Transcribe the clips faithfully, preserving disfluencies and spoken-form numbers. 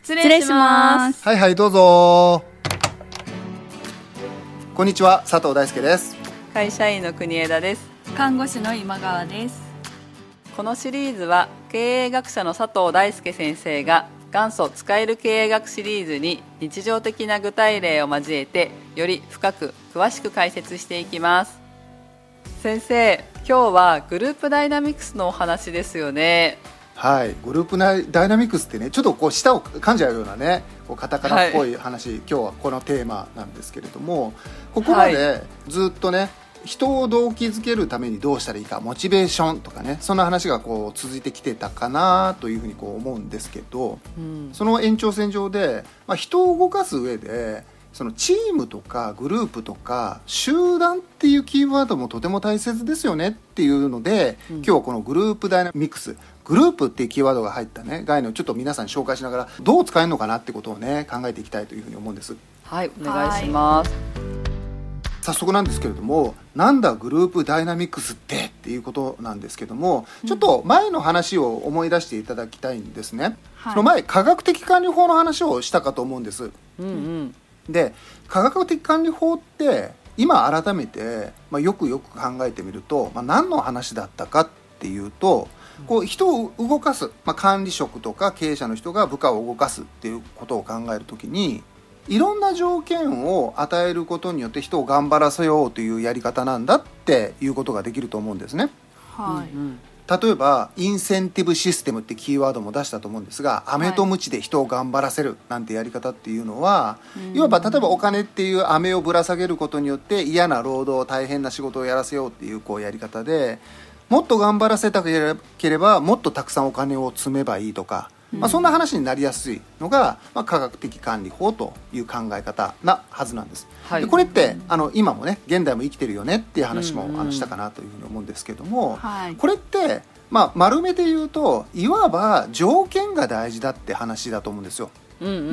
失礼します。 はいはい、どうぞ。こんにちは、佐藤大輔です。 会社員の国枝です。 看護師の今川です。 このシリーズは経営学者の佐藤大輔先生が元祖使える経営学シリーズに日常的な具体例を交えてより深く詳しく解説していきます。先生、今日はグループダイナミクスのお話ですよね。 はい、グループダイナミクスってね、ちょっとこう舌を噛んじゃうようなね、こうカタカナっぽい話、はい、今日はこのテーマなんですけれども、ここまでずっとね、はい、人を動機づけるためにどうしたらいいか、モチベーションとかね、そんな話がこう続いてきてたかなというふうにこう思うんですけど、うん、その延長線上で、まあ、人を動かす上でそのチームとかグループとか集団っていうキーワードもとても大切ですよねっていうので、うん、今日はこのグループダイナミクス、グループっていうキーワードが入ったね概念をちょっと皆さんに紹介しながらどう使えるのかなってことをね考えていきたいというふうに思うんです。 はい、お願いします。 早速なんですけれども、なんだグループダイナミクスってっていうことなんですけども、ちょっと前の話を思い出していただきたいんですね、はい、その前科学的管理法の話をしたかと思うんです、うんうん、で科学的管理法って今改めて、まあ、よくよく考えてみると、まあ、何の話だったかっていうと、こう人を動かす、まあ、管理職とか経営者の人が部下を動かすっていうことを考えるときに、いろんな条件を与えることによって人を頑張らせようというやり方なんだっていうことができると思うんですね、はい、うんうん、例えばインセンティブシステムってキーワードも出したと思うんですが、飴と鞭で人を頑張らせるなんてやり方っていうのは、はい、いわば例えばお金っていう飴をぶら下げることによって嫌な労働、大変な仕事をやらせようっていう、こうやり方で、もっと頑張らせたければもっとたくさんお金を積めばいいとか、まあ、そんな話になりやすいのが、まあ、科学的管理法という考え方なはずなんです、はい、でこれってあの今もね現代も生きてるよねっていう話も、うんうん、あのしたかなというふうに思うんですけども、はい、これって、まあ、丸めて言うといわば条件が大事だって話だと思うんですよ。うんうんうん、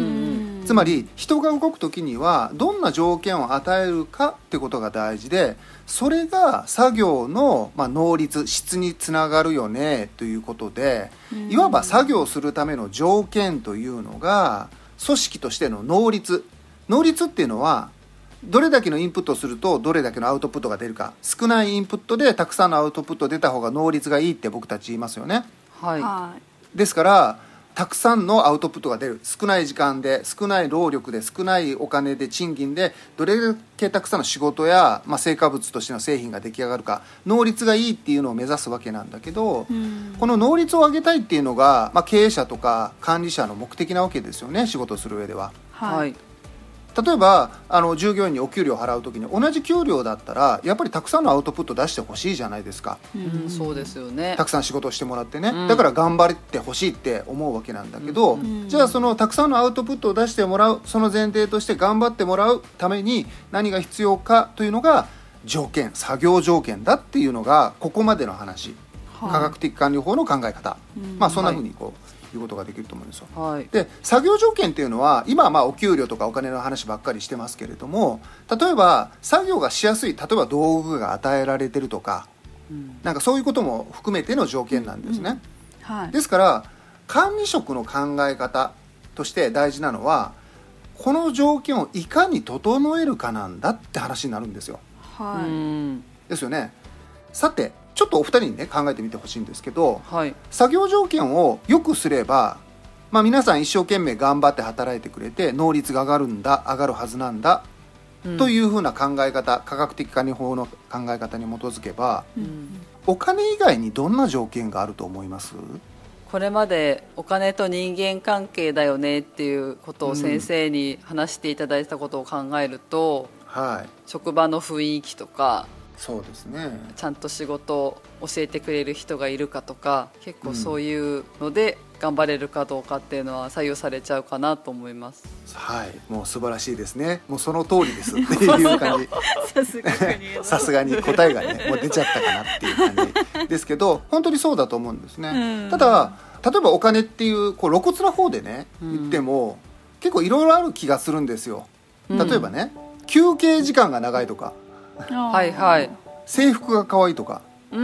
つまり人が動くときにはどんな条件を与えるかってことが大事で、それが作業の、まあ、能率、質につながるよねということで、いわば作業するための条件というのが組織としての能率。能率っていうのはどれだけのインプットをするとどれだけのアウトプットが出るか、少ないインプットでたくさんのアウトプット出た方が能率がいいって僕たち言いますよね、はい、ですからたくさんのアウトプットが出る、少ない時間で少ない労力で少ないお金で賃金でどれだけたくさんの仕事や、まあ、成果物としての製品が出来上がるか、能率がいいっていうのを目指すわけなんだけど、この能率を上げたいっていうのが、まあ、経営者とか管理者の目的なわけですよね、仕事をする上では。はい、例えばあの従業員にお給料を払うときに同じ給料だったらやっぱりたくさんのアウトプット出してほしいじゃないですか、 うん、そうですよね。 たくさん仕事をしてもらってね、うん、だから頑張ってほしいって思うわけなんだけど、うん、じゃあそのたくさんのアウトプットを出してもらう、その前提として頑張ってもらうために何が必要かというのが条件、作業条件だっていうのがここまでの話、はい、科学的管理法の考え方、うん、まあそんな風にこう、はいいうことができると思うんですよ、はい、で作業条件っていうのは今はまあお給料とかお金の話ばっかりしてますけれども、例えば作業がしやすい、例えば道具が与えられてるとか、うん、なんかそういうことも含めての条件なんですね、うんうん、はい、ですから管理職の考え方として大事なのはこの条件をいかに整えるかなんだって話になるんですよ、はい、うんですよね。さてちょっとお二人にね考えてみてほしいんですけど、はい、作業条件を良くすれば、まあ、皆さん一生懸命頑張って働いてくれて能率が上がるんだ、上がるはずなんだ、うん、というふうな考え方、科学的管理法の考え方に基づけば、うん、お金以外にどんな条件があると思います？ これまでお金と人間関係だよねっていうことを先生に話していただいたことを考えると、うん、はい、職場の雰囲気とか、 そうですね、 ちゃんと仕事を教えてくれる人がいるかとか、結構そういうので頑張れるかどうかっていうのは左右されちゃうかなと思います。 はい、もう素晴らしいですね。もうその通りですっていう感じさすがにさすがに答えがねもう出ちゃったかなっていう感じですけど本当にそうだと思うんですね。ただ例えばお金っていうこう露骨な方でね言っても結構いろいろある気がするんですよ。例えばね、休憩時間が長いとか、 はいはい、 制服が可愛いとか、うん、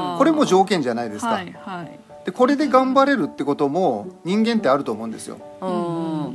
これも条件じゃないですか、はいはい、でこれで頑張れるってことも人間ってあると思うんですよ。うん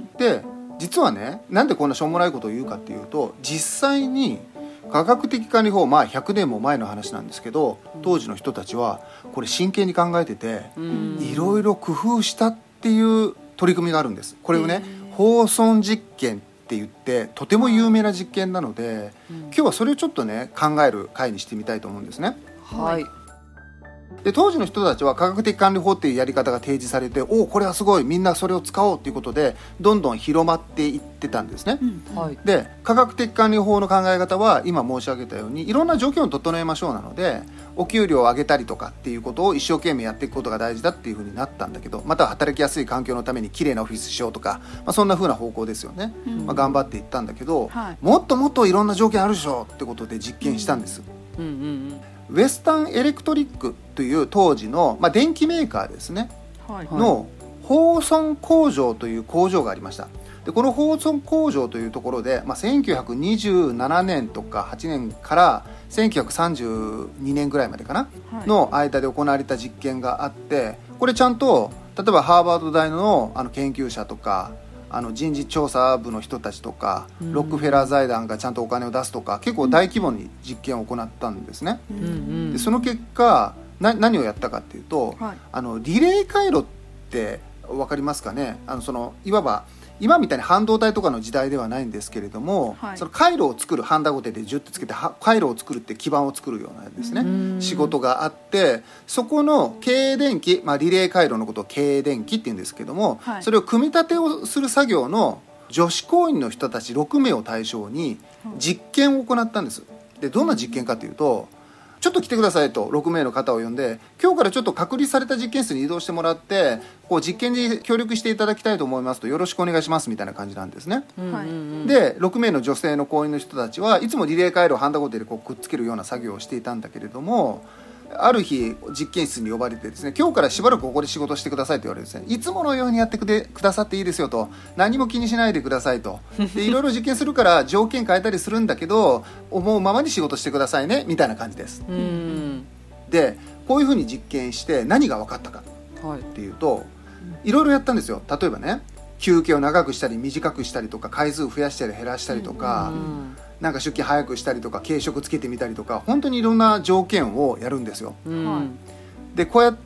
で実はね、なんでこんなしょうもないことを言うかっていうと、実際に科学的管理法、まあひゃくねんも前の話なんですけど、当時の人たちはこれ真剣に考えてて、いろいろ工夫したっていう取り組みがあるんです。これをね、放送実験って言ってとても有名な実験なので、今日はそれをちょっとね考える回にしてみたいと思うんですね。 はい。 で当時の人たちは科学的管理法っていうやり方が提示されて、おおこれはすごい、みんなそれを使おうということでどんどん広まっていってたんですね、うんはい、で科学的管理法の考え方は今申し上げたようにいろんな条件を整えましょうなので、お給料を上げたりとかっていうことを一生懸命やっていくことが大事だっていうふうになったんだけど、または働きやすい環境のためにきれいなオフィスしようとか、まあ、そんなふうな方向ですよね、うんまあ、頑張っていったんだけど、はい、もっともっといろんな条件あるでしょってことで実験したんです、うんうんうんうんウェスタンエレクトリックという当時の、まあ、電機メーカーですね、はい、のホーソン工場という工場がありました。でこのホーソン工場というところで、まあ、せんきゅうひゃくにじゅうななねんとかはちねんからせんきゅうひゃくさんじゅうにねんぐらいまでかな、はい、の間で行われた実験があって、これちゃんと例えばハーバード大 の, あの研究者とかあの人事調査部の人たちとか、うん、ロックフェラー財団がちゃんとお金を出すとか、結構大規模に実験を行ったんですね、うん、でその結果な何をやったかっていうと、はい、あのリレー回路って分かりますかね。あのそのいわば今みたいに半導体とかの時代ではないんですけれども、はい、その回路を作る、ハンダゴテでジュッとつけて回路を作るって基板を作るようなですね仕事があって、そこの経電機、まあ、リレー回路のことを経電機って言うんですけども、はい、それを組み立てをする作業の女子工員の人たちろくめいを対象に実験を行ったんです。でどんな実験かというと、ちょっと来てくださいとろくめいの方を呼んで、今日からちょっと隔離された実験室に移動してもらって、こう実験に協力していただきたいと思いますと、よろしくお願いしますみたいな感じなんですね、はい、でろくめいの女性の工員の人たちはいつもリレー回路をハンダゴテでこうくっつけるような作業をしていたんだけれども、ある日実験室に呼ばれてですね、今日からしばらくここで仕事してくださいと言われてですね、いつものようにやってくでくださっていいですよと、何も気にしないでくださいと、でいろいろ実験するから条件変えたりするんだけど思うままに仕事してくださいねみたいな感じです。うんでこういうふうに実験して何が分かったかっていうと、いろいろやったんですよ。例えばね、休憩を長くしたり短くしたりとか、回数増やしたり減らしたりとか、うんなんか出勤早くしたりとか、軽食つけてみたりとか、本当にいろんな条件をやるんですよ、うん、でこうやって、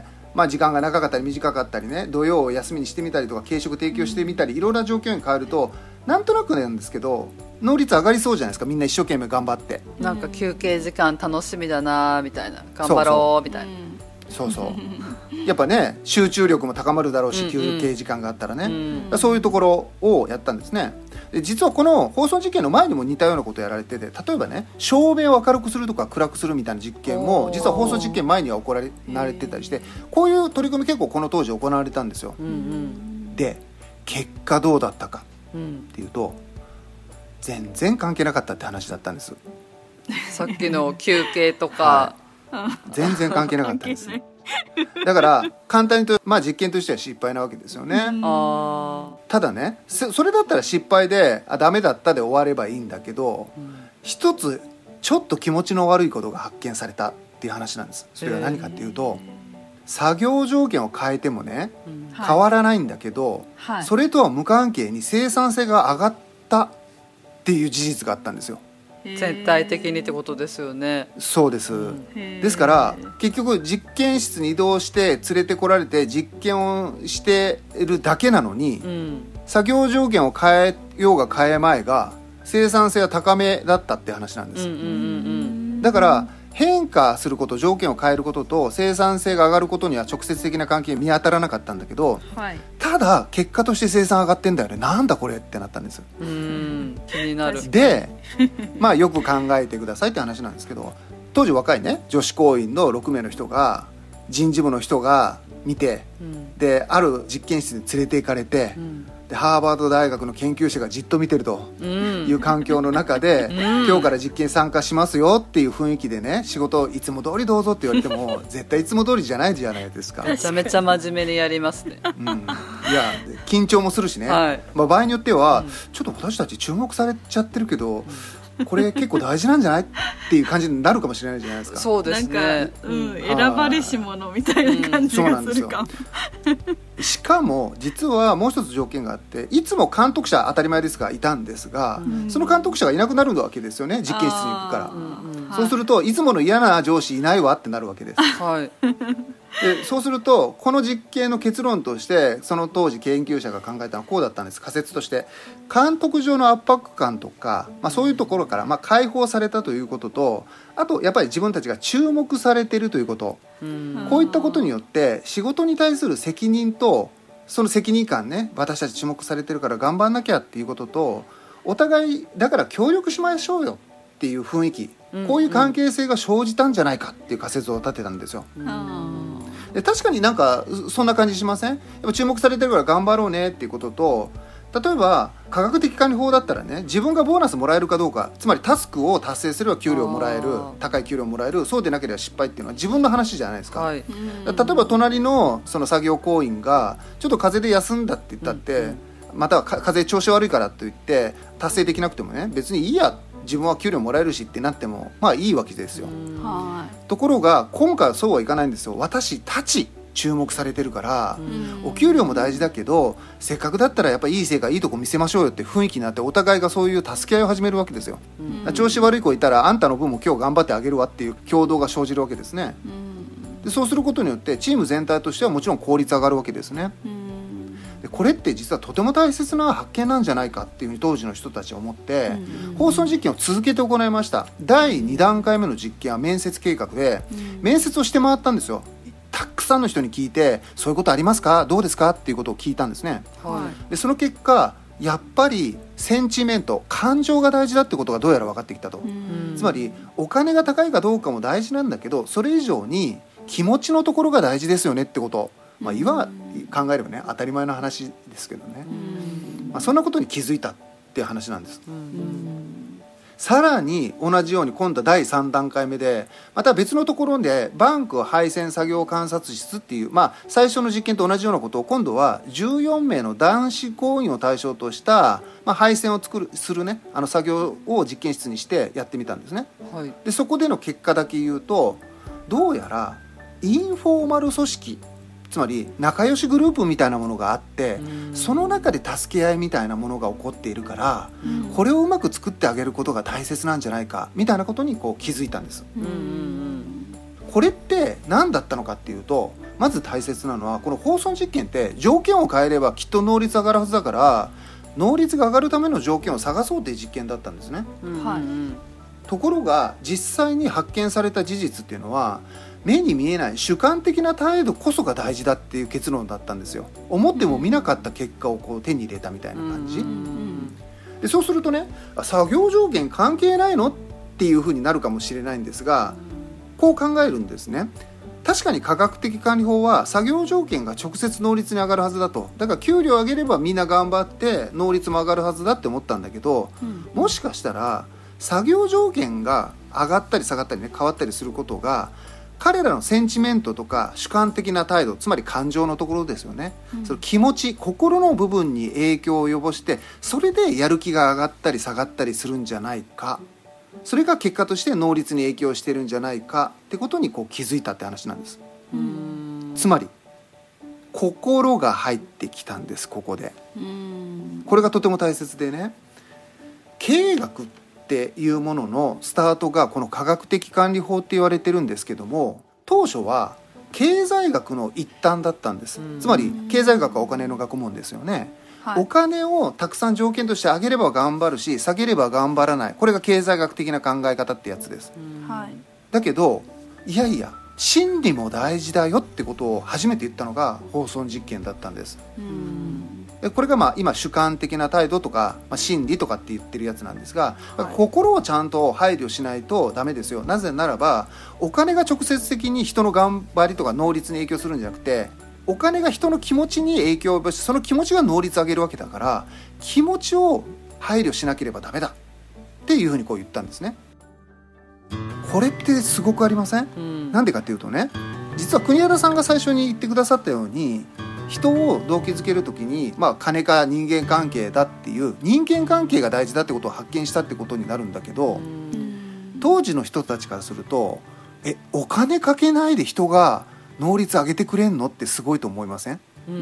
まあ、時間が長かったり短かったりね、土曜を休みにしてみたりとか、軽食提供してみたり、いろんな条件に変えるとなんとなくなんですけど能率上がりそうじゃないですか。みんな一生懸命頑張って、 なんか休憩時間楽しみだなみたいな、頑張ろうみたいな、 そうそうやっぱね集中力も高まるだろうし、休憩時間があったらね、うんうん、そういうところをやったんですね。で実はこの放送実験の前にも似たようなことをやられてて、例えばね照明を明るくするとか暗くするみたいな実験も実は放送実験前には行われてたりして、こういう取り組み結構この当時行われたんですよ、うんうん、で結果どうだったかっていうと、全然関係なかったって話だったんです。 さっきの休憩とか、 はい、全然関係なかったんですだから簡単に言うと、まあ、実験としては失敗なわけですよね。あただね、それだったら失敗であダメだったで終わればいいんだけど、うん、一つちょっと気持ちの悪いことが発見されたっていう話なんです。それは何かっていうと、作業条件を変えてもね、うん、変わらないんだけど、はい、それとは無関係に生産性が上がったっていう事実があったんですよ。 全体的にってことですよね。 そうです、うん、ですから結局実験室に移動して連れてこられて実験をしているだけなのに、うん、作業条件を変えようが変えまいが生産性は高めだったって話なんです、うんうんうんうん、だから変化すること、条件を変えることと生産性が上がることには直接的な関係見当たらなかったんだけど、はい、ただ結果として生産上がってんだよね、なんだこれってなったんです。 うーん気になる。 で、まあよく考えてくださいって話なんですけど、当時若いね女子工員のろくめいの人が人事部の人が見て、うん、である実験室に連れて行かれて、うんでハーバード大学の研究者がじっと見てるという環境の中で、うん、今日から実験参加しますよっていう雰囲気でね、仕事いつも通りどうぞって言われても絶対いつも通りじゃないじゃないですか。 めちゃめちゃ真面目にやりますね、 うん、いや緊張もするしね、はいまあ、場合によっては、うん、ちょっと私たち注目されちゃってるけど、うん、 これ結構大事なんじゃないっていう感じになるかもしれないじゃないですか。 そうですね。 なんか、うん、選ばれし者みたいな感じがするかも、 うん、しかも実はもう一つ条件があって、いつも監督者当たり前ですがいたんですが、うん、その監督者がいなくなるわけですよね、実験室に行くから、うんうん、そうするといつもの嫌な上司いないわってなるわけです、はい、でそうするとこの実験の結論としてその当時研究者が考えたのはこうだったんです。仮説として監督上の圧迫感とか、まあ、そういうところからまあ解放されたということと、あとやっぱり自分たちが注目されているということ、うん、こういったことによって仕事に対する責任とその責任感ね、私たち注目されてるから頑張んなきゃっていうことと、お互いだから協力しましょうよっていう雰囲気、うん、こういう関係性が生じたんじゃないかっていう仮説を立てたんですよ、うん、で確かになんかそんな感じしません？やっぱ注目されてるから頑張ろうねっていうことと、例えば科学的管理法だったらね、自分がボーナスもらえるかどうか、つまりタスクを達成すれば給料もらえる、高い給料もらえる、そうでなければ失敗っていうのは自分の話じゃないですか、はい、例えば隣のその作業行員がちょっと風邪で休んだって言ったって、うんうん、または風邪調子悪いからといって達成できなくてもね、別にいいや、自分は給料もらえるしってなってもまあいいわけですよ。ところが今回はそうはいかないんですよ。私たち注目されてるから、お給料も大事だけどせっかくだったらやっぱいい成果いいとこ見せましょうよって雰囲気になって、お互いがそういう助け合いを始めるわけですよ。調子悪い子いたらあんたの分も今日頑張ってあげるわっていう共同が生じるわけですね。でそうすることによってチーム全体としてはもちろん効率上がるわけですね。でこれって実はとても大切な発見なんじゃないかっていうふうに当時の人たちは思って、放送実験を続けて行いました。だいに段階目の実験は面接計画で、面接をして回ったんですよ。たくさんの人に聞いて、そういうことありますか、どうですかっていうことを聞いたんですね、はい、でその結果やっぱりセンチメント、感情が大事だってことがどうやら分かってきたと。つまりお金が高いかどうかも大事なんだけど、それ以上に気持ちのところが大事ですよねってこと、まあ、今考えればね当たり前の話ですけどね、まあ、そんなことに気づいたっていう話なんです。さらに同じように今度はだいさん段階目でまた別のところでバンク配線作業観察室っていう、まあ、最初の実験と同じようなことを今度はじゅうよんめいの男子行員を対象とした、まあ、配線を作るするねあの作業を実験室にしてやってみたんですね、はい、でそこでの結果だけ言うと、どうやらインフォーマル組織、つまり仲良しグループみたいなものがあって、その中で助け合いみたいなものが起こっているから、これをうまく作ってあげることが大切なんじゃないかみたいなことにこう気づいたんです。これって何だったのかっていうと、まず大切なのはこの放送実験って条件を変えればきっと能率上がるはずだから、能率が上がるための条件を探そうという実験だったんですね、はい、ところが実際に発見された事実っていうのは、目に見えない主観的な態度こそが大事だっていう結論だったんですよ。思っても見なかった結果をこう手に入れたみたいな感じ、うん、でそうするとね、作業条件関係ないのっていう風になるかもしれないんですが、こう考えるんですね。確かに科学的管理法は作業条件が直接能率に上がるはずだと、だから給料上げればみんな頑張って能率も上がるはずだって思ったんだけど、うん、もしかしたら作業条件が上がったり下がったりね、変わったりすることが彼らのセンチメントとか主観的な態度、つまり感情のところですよね、うん、その気持ち、心の部分に影響を及ぼして、それでやる気が上がったり下がったりするんじゃないか、それが結果として能率に影響してるんじゃないかってことにこう気づいたって話なんです。うーん、つまり心が入ってきたんです。ここでうーんこれがとても大切でね、経営学っていうもののスタートがこの科学的管理法って言われてるんですけども、当初は経済学の一端だったんです。つまり経済学はお金の学問ですよね、はい、お金をたくさん条件として上げれば頑張るし、下げれば頑張らない、これが経済学的な考え方ってやつです、はい、だけどいやいや心理も大事だよってことを初めて言ったのが放送実験だったんです。うんこれがまあ今主観的な態度とか、まあ、心理とかって言ってるやつなんですが、はい、心をちゃんと配慮しないとダメですよ。なぜならばお金が直接的に人の頑張りとか能率に影響するんじゃなくて、お金が人の気持ちに影響を及ぼし、その気持ちが能率上げるわけだから、気持ちを配慮しなければダメだっていうふうにこう言ったんですね。これってすごくありません？うん、なんでかっていうとね、実は国枝さんが最初に言ってくださったように、 人を動機づけるときに、まあ、金か人間関係だっていう人間関係が大事だってことを発見したってことになるんだけど、当時の人たちからするとえお金かけないで人が能率上げてくれんのってすごいと思いません？ うん、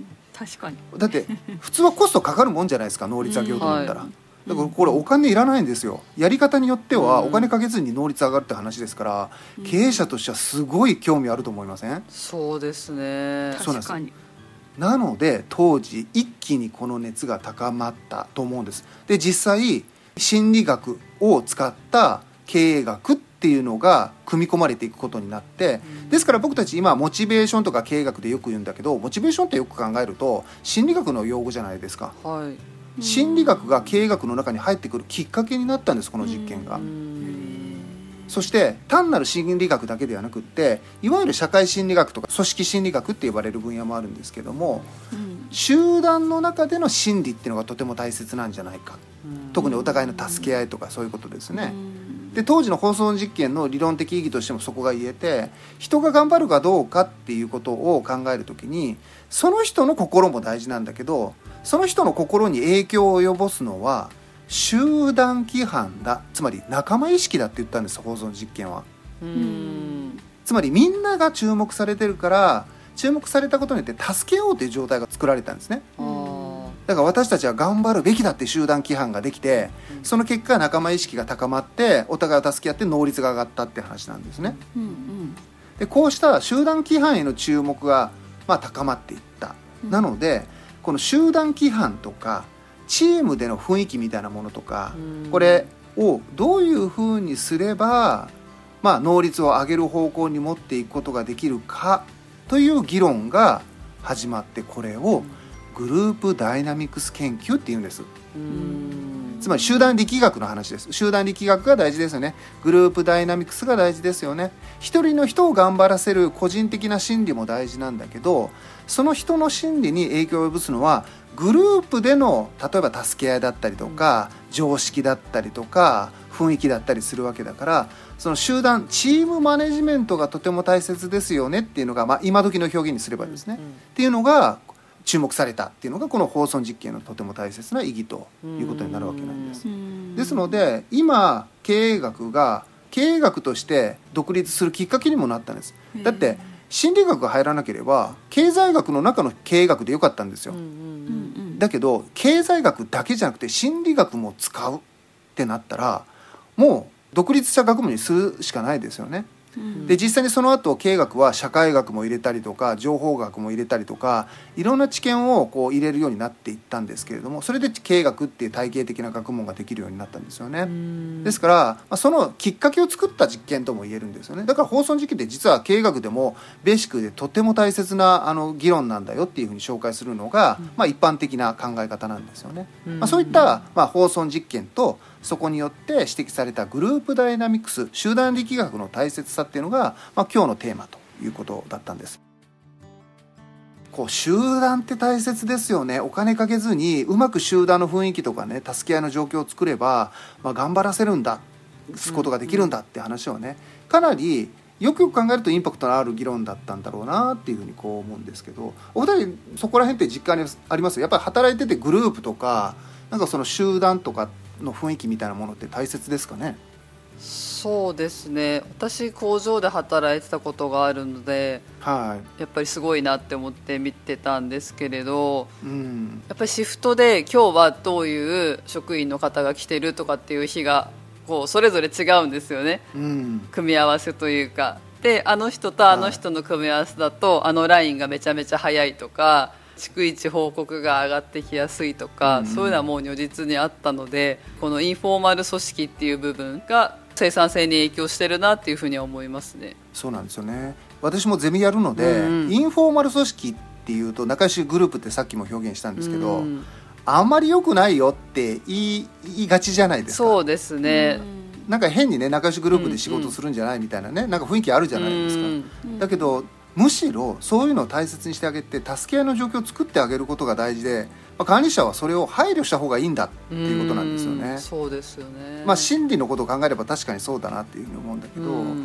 確かに。 だって普通はコストかかるもんじゃないですか、能率上げようと思ったら、うん、はい、だからこれお金いらないんですよ。やり方によってはお金かけずに能率上がるって話ですから、うん、経営者としてはすごい興味あると思いません？ そうですね。 そうなんです。確かに。なので当時一気にこの熱が高まったと思うんです。で実際心理学を使った経営学っていうのが組み込まれていくことになって、うん、ですから僕たち今モチベーションとか経営学でよく言うんだけど、モチベーションってよく考えると心理学の用語じゃないですか、はい、心理学が経営学の中に入ってくるきっかけになったんです、この実験が。うん、そして単なる心理学だけではなくって、いわゆる社会心理学とか組織心理学って呼ばれる分野もあるんですけども、うん、集団の中での心理っていうのがとても大切なんじゃないか、うん、特にお互いの助け合いとかそういうことですね。うんで当時の放送実験の理論的意義としてもそこが言えて、人が頑張るかどうかっていうことを考えるときに、その人の心も大事なんだけど、その人の心に影響を及ぼすのは集団規範だ、つまり仲間意識だって言ったんです、放送実験は。うーんつまりみんなが注目されてるから、注目されたことによって助けようという状態が作られたんですね。だから私たちは頑張るべきだって集団規範ができて、その結果仲間意識が高まってお互いを助け合って能率が上がったって話なんですね。うんうん、でこうした集団規範への注目が、まあ、高まっていった。うん、なのでこの集団規範とかチームでの雰囲気みたいなものとか、うん、これをどういうふうにすれば、まあ、能率を上げる方向に持っていくことができるかという議論が始まって、これをグループダイナミクス研究っていうんです。うーんつまり集団力学の話です。集団力学が大事ですよね。グループダイナミクスが大事ですよね。一人の人を頑張らせる個人的な心理も大事なんだけど、その人の心理に影響を及ぼすのはグループでの例えば助け合いだったりとか、常識だったりとか雰囲気だったりするわけだから、その集団チームマネジメントがとても大切ですよねっていうのが、まあ、今時の表現にすればですね、うんうん、っていうのが注目されたっていうのがこの放送実験のとても大切な意義ということになるわけなんです。ですので今経営学が経営学として独立するきっかけにもなったんです。だって心理学が入らなければ経済学の中の経営学でよかったんですよ。だけど経済学だけじゃなくて心理学も使うってなったらもう独立した学問にするしかないですよね。で実際にその後経営学は社会学も入れたりとか情報学も入れたりとかいろんな知見をこう入れるようになっていったんですけれども、それで経営学っていう体系的な学問ができるようになったんですよね。ですから、まあ、そのきっかけを作った実験とも言えるんですよね。だから放送実験って実は経営学でもベーシックでとても大切なあの議論なんだよっていうふうに紹介するのが、まあ、一般的な考え方なんですよね。まあ、そういった、まあ、放送実験とそこによって指摘されたグループダイナミクス、集団力学の大切さっていうのが、まあ、今日のテーマということだったんです。こう集団って大切ですよね。お金かけずにうまく集団の雰囲気とかね、助け合いの状況を作れば、まあ、頑張らせるんだすことができるんだって話をね、かなりよくよく考えるとインパクトのある議論だったんだろうなっていうふうにこう思うんですけど、お二人そこら辺って実感あります？やっぱり働いててグループとかなんかその集団とかの雰囲気みたいなものって大切ですかね？ そうですね、私工場で働いてたことがあるので、はい、やっぱりすごいなって思って見てたんですけれど、うん、やっぱりシフトで今日はどういう職員の方が来てるとかっていう日がこうそれぞれ違うんですよね、うん、組み合わせというかで、あの人とあの人の組み合わせだと、はい、あのラインがめちゃめちゃ速いとか逐一報告が上がってきやすいとか、うん、そういうのはもう如実にあったので、このインフォーマル組織っていう部分が生産性に影響してるなっていうふうには思いますね。 そうなんですよね。私もゼミやるので、うん、インフォーマル組織っていうと仲良しグループってさっきも表現したんですけど、うん、あんまり良くないよって言い、言いがちじゃないですか。 そうですね、 うん、なんか変にね仲良しグループで仕事するんじゃないみたいなね、なんか雰囲気あるじゃないですか、うん、だけどむしろそういうのを大切にしてあげて助け合いの状況を作ってあげることが大事で、まあ、管理者はそれを配慮した方がいいんだっていうことなんですよね。 そうですよね、 まあ、心理のことを考えれば確かにそうだなっていうふうに思うんだけど、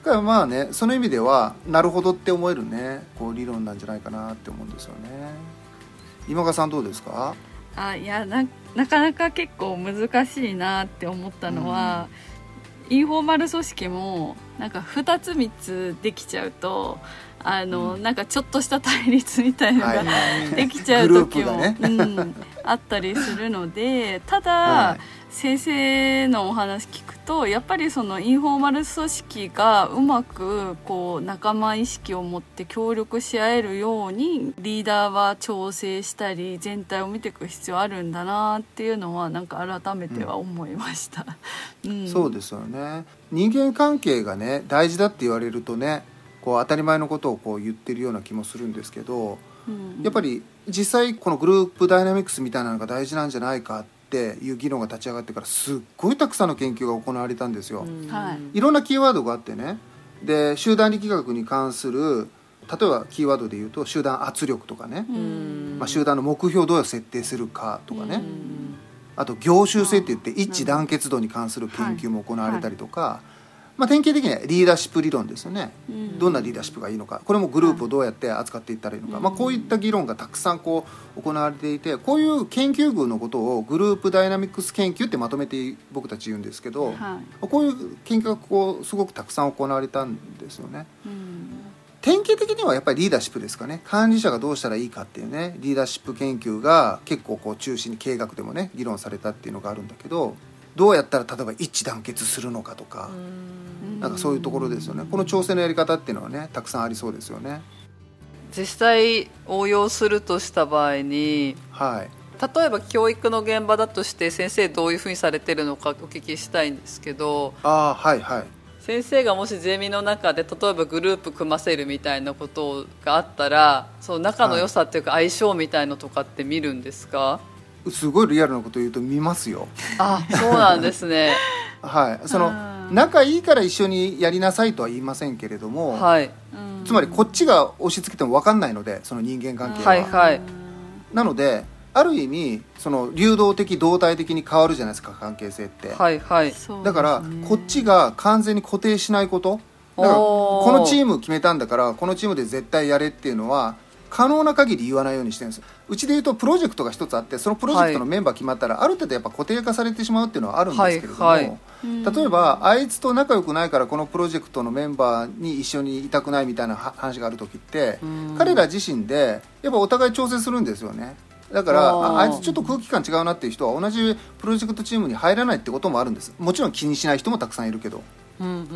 だからまあね、その意味ではなるほどって思えるね、こう理論なんじゃないかなって思うんですよね。今川さんどうですか？ あ、いや な, なかなか結構難しいなって思ったのは、うん、インフォーマル組織もなんかふたつみっつできちゃうとあの、うん、なんかちょっとした対立みたいなのが、はい、できちゃう時も、ねうん、あったりするので、ただ、はい、先生のお話聞くとやっぱりそのインフォーマル組織がうまくこう仲間意識を持って協力し合えるようにリーダーは調整したり全体を見ていく必要あるんだなっていうのはなんか改めては思いました、 うんうん、そうですよね。人間関係がね大事だって言われるとね、こう当たり前のことをこう言ってるような気もするんですけど、うん、やっぱり実際このグループダイナミクスみたいなのが大事なんじゃないかっていう議論が立ち上がってからすっごいたくさんの研究が行われたんですよ、うんはい、いろんなキーワードがあってね、で集団力学に関する例えばキーワードで言うと集団圧力とかね、うんまあ、集団の目標をどうやって設定するかとかね、うん、あと業種性って言って一致団結度に関する研究も行われたりとか、はいはいまあ、典型的にはリーダーシップ理論ですよね、うん、どんなリーダーシップがいいのか、これもグループをどうやって扱っていったらいいのか、うんまあ、こういった議論がたくさんこう行われていて、こういう研究群のことをグループダイナミクス研究ってまとめて僕たち言うんですけど、はい、こういう研究がこうすごくたくさん行われたんですよね、うん、典型的にはやっぱりリーダーシップですかね。管理者がどうしたらいいかっていうねリーダーシップ研究が結構こう中心に経営学でもね議論されたっていうのがあるんだけど、どうやったら例えば一致団結するのかとか、なんかそういうところですよね。この調整のやり方っていうのはねたくさんありそうですよね。 実際応用するとした場合に、はい、例えば教育の現場だとして先生どういうふうにされてるのかお聞きしたいんですけど、 あ、はいはい、 先生がもしゼミの中で例えばグループ組ませるみたいなことがあったら、その仲の良さっていうか相性みたいのとかって見るんですか？はい、 すごいリアルなこと言うと見ますよ。 あ、そうなんですねはい、その仲いいから一緒にやりなさいとは言いませんけれども、はい、つまりこっちが押し付けても分かんないので、その人間関係は、はいはい、なのである意味その流動的動態的に変わるじゃないですか関係性って、はいはい、だからこっちが完全に固定しないこと、だからこのチーム決めたんだからこのチームで絶対やれっていうのは可能な限り言わないようにしてるんです。うちでいうとプロジェクトが一つあって、そのプロジェクトのメンバー決まったらある程度やっぱ固定化されてしまうっていうのはあるんですけれども、はいはい、例えばあいつと仲良くないからこのプロジェクトのメンバーに一緒にいたくないみたいな話がある時って彼ら自身でやっぱお互い調整するんですよね。だから あ, あいつちょっと空気感違うなっていう人は同じプロジェクトチームに入らないってこともあるんです。もちろん気にしない人もたくさんいるけど、うんうんうん、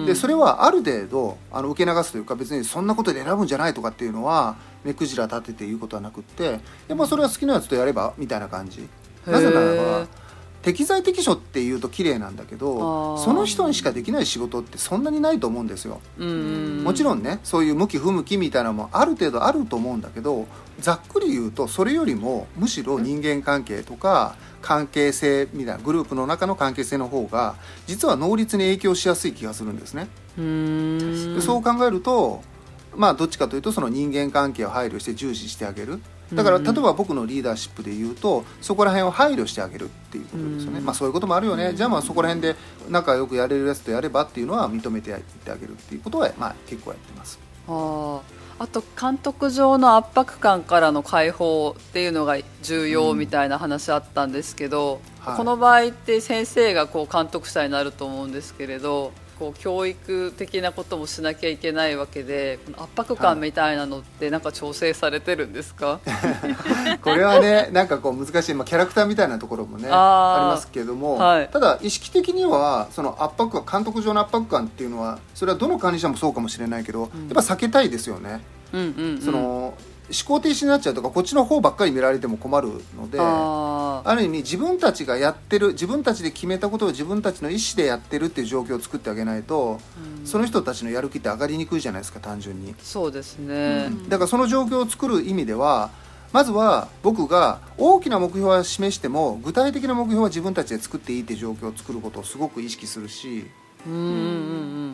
でそれはある程度あの受け流すというか、別にそんなことで選ぶんじゃないとかっていうのは目くじら立てて言うことはなくって、やっぱそれは好きなやつとやればみたいな感じ。なぜならば適材適所っていうと綺麗なんだけど、その人にしかできない仕事ってそんなにないと思うんですよ。うんもちろんねそういう向き不向きみたいなのもある程度あると思うんだけど、ざっくり言うとそれよりもむしろ人間関係とか関係性みたいなグループの中の関係性の方が実は能率に影響しやすい気がするんですね。うーんでそう考えると、まあどっちかというとその人間関係を配慮して重視してあげる。だから例えば僕のリーダーシップで言うとそこら辺を配慮してあげるっていうことですよね。まあそういうこともあるよね。じゃあまあそこら辺で仲良くやれるやつとやればっていうのは認めていってあげるっていうことはまあ結構やってます。 ああと監督上の圧迫感からの解放っていうのが重要みたいな話あったんですけど、うんはい、この場合って先生がこう監督者になると思うんですけれど、こう教育的なこともしなきゃいけないわけで、この圧迫感みたいなのってなんか調整されてるんですか？ はい、これはねなんかこう難しい、まあ、キャラクターみたいなところもね あ, ありますけれども、はい、ただ意識的にはその圧迫感、監督上の圧迫感っていうのはそれはどの管理者もそうかもしれないけど、うん、やっぱ避けたいですよね。うんうんうん、その思考停止になっちゃうとかこっちの方ばっかり見られても困るので、 あ, ある意味自分たちがやってる、自分たちで決めたことを自分たちの意思でやってるっていう状況を作ってあげないと、うん、その人たちのやる気って上がりにくいじゃないですか単純に。 そうですね、 うん、だからその状況を作る意味ではまずは僕が大きな目標は示しても具体的な目標は自分たちで作っていいっていう状況を作ることをすごく意識するし、うんうんうん、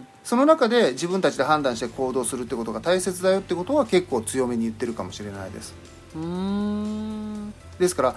その中で自分たちで判断して行動するってことが大切だよってことは結構強めに言ってるかもしれないです。うーんですから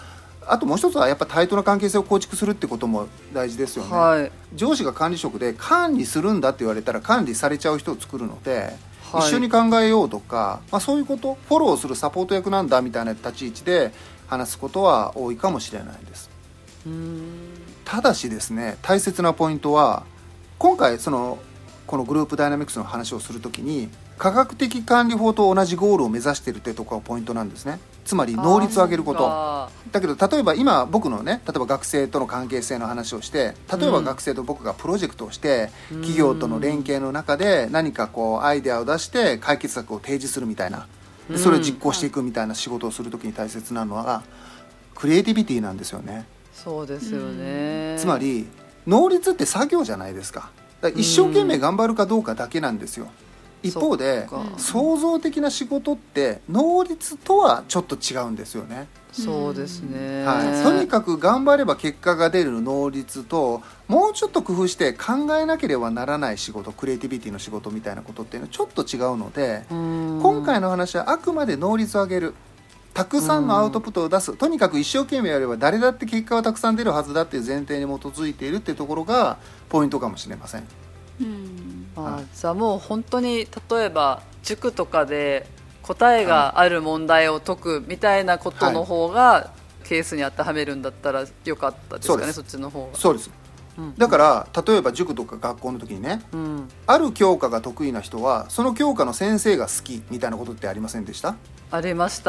あともう一つはやっぱ対等な関係性を構築するってことも大事ですよね、はい、上司が管理職で管理するんだって言われたら管理されちゃう人を作るので、はい、一緒に考えようとか、まあ、そういうことフォローするサポート役なんだみたいな立ち位置で話すことは多いかもしれないです。うーんただしですね、大切なポイントは今回そのこのグループダイナミクスの話をするときに科学的管理法と同じゴールを目指しているというところがポイントなんですね。つまり能率を上げることだけど、例えば今僕のね例えば学生との関係性の話をして例えば学生と僕がプロジェクトをして、うん、企業との連携の中で何かこうアイデアを出して解決策を提示するみたいな、でそれを実行していくみたいな仕事をするときに大切なのはクリエイティビティなんですよね。 そうですよね。 つまり能率って作業じゃないですか。だから一生懸命頑張るかどうかだけなんですよ。一方で創造的な仕事って能率とはちょっと違うんですよね。 そうですね、 はい、とにかく頑張れば結果が出る能率ともうちょっと工夫して考えなければならない仕事、クリエイティビティの仕事みたいなことっていうのはちょっと違うので、今回の話はあくまで能率を上げる、たくさんのアウトプットを出す、とにかく一生懸命やれば誰だって結果はたくさん出るはずだっていう前提に基づいているっていうところがポイントかもしれません。 うんあじゃあもう本当に例えば塾とかで答えがある問題を解くみたいなことの方がケースに当てはめるんだったらよかったですかね。 そ, そっちの方がそうです、うん、だから例えば塾とか学校の時にね、うん、ある教科が得意な人はその教科の先生が好きみたいなことってありませんでした？ ありました。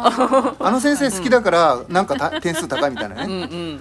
あ, あの先生好きだからなんか点数高いみたいなねうん、うん、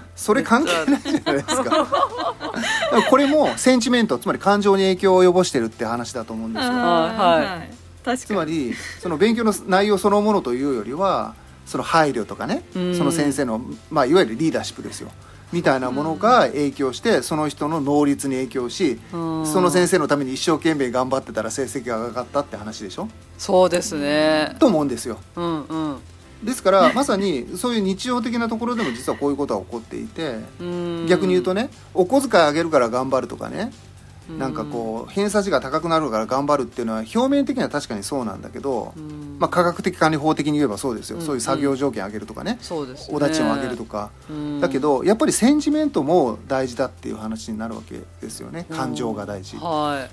それ関係ないじゃないですかこれもセンチメント、つまり感情に影響を及ぼしてるって話だと思うんですよ、はい、確かに。つまりその勉強の内容そのものというよりはその配慮とかね、その先生の、まあ、いわゆるリーダーシップですよみたいなものが影響してその人の能率に影響し、その先生のために一生懸命頑張ってたら成績が上がったって話でしょ。 そうですねと思うんですよ、 うんうん、 ですからまさにそういう日常的なところでも実はこういうことが起こっていて、逆に言うとね、お小遣いあげるから頑張るとかね、なんかこう偏差値が高くなるから頑張るっていうのは表面的には確かにそうなんだけど、まあ、科学的管理法的に言えばそうですよ、うん、そういう作業条件上げるとかね、 そうですね、 お立ちを上げるとか、だけどやっぱりセンチメントも大事だっていう話になるわけですよね。感情が大事、はい、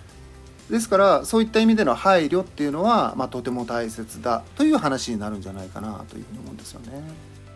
ですからそういった意味での配慮っていうのは、まあ、とても大切だという話になるんじゃないかなというふうに思うんですよね。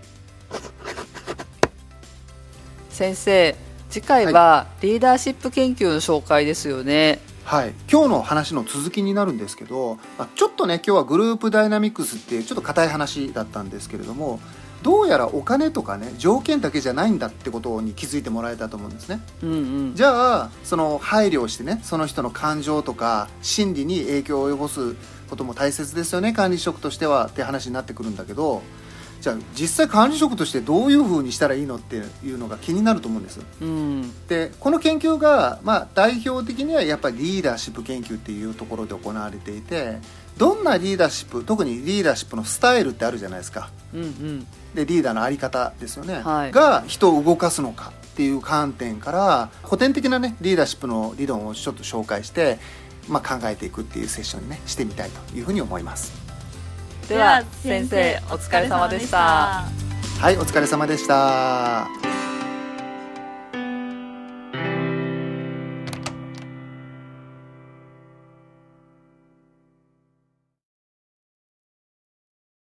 先生、次回はリーダーシップ研究の紹介ですよね。 はい、今日の話の続きになるんですけど、ちょっとね今日はグループダイナミクスっていうちょっと硬い話だったんですけれども、どうやらお金とかね条件だけじゃないんだってことに気づいてもらえたと思うんですね、うんうん、じゃあその配慮をしてね、その人の感情とか心理に影響を及ぼすことも大切ですよね、管理職としてはって話になってくるんだけど、じゃあ実際管理職としてどういう風にしたらいいのっていうのが気になると思うんです、うん、でこの研究が、まあ、代表的にはやっぱりリーダーシップ研究っていうところで行われていて、どんなリーダーシップ、特にリーダーシップのスタイルってあるじゃないですか、うんうん、でリーダーのあり方ですよね、はい、が人を動かすのかっていう観点から古典的な、ね、リーダーシップの理論をちょっと紹介して、まあ、考えていくっていうセッションに、ね、してみたいというふうに思います。 では先生、お疲れ様でした。 はい、お疲れ様でした。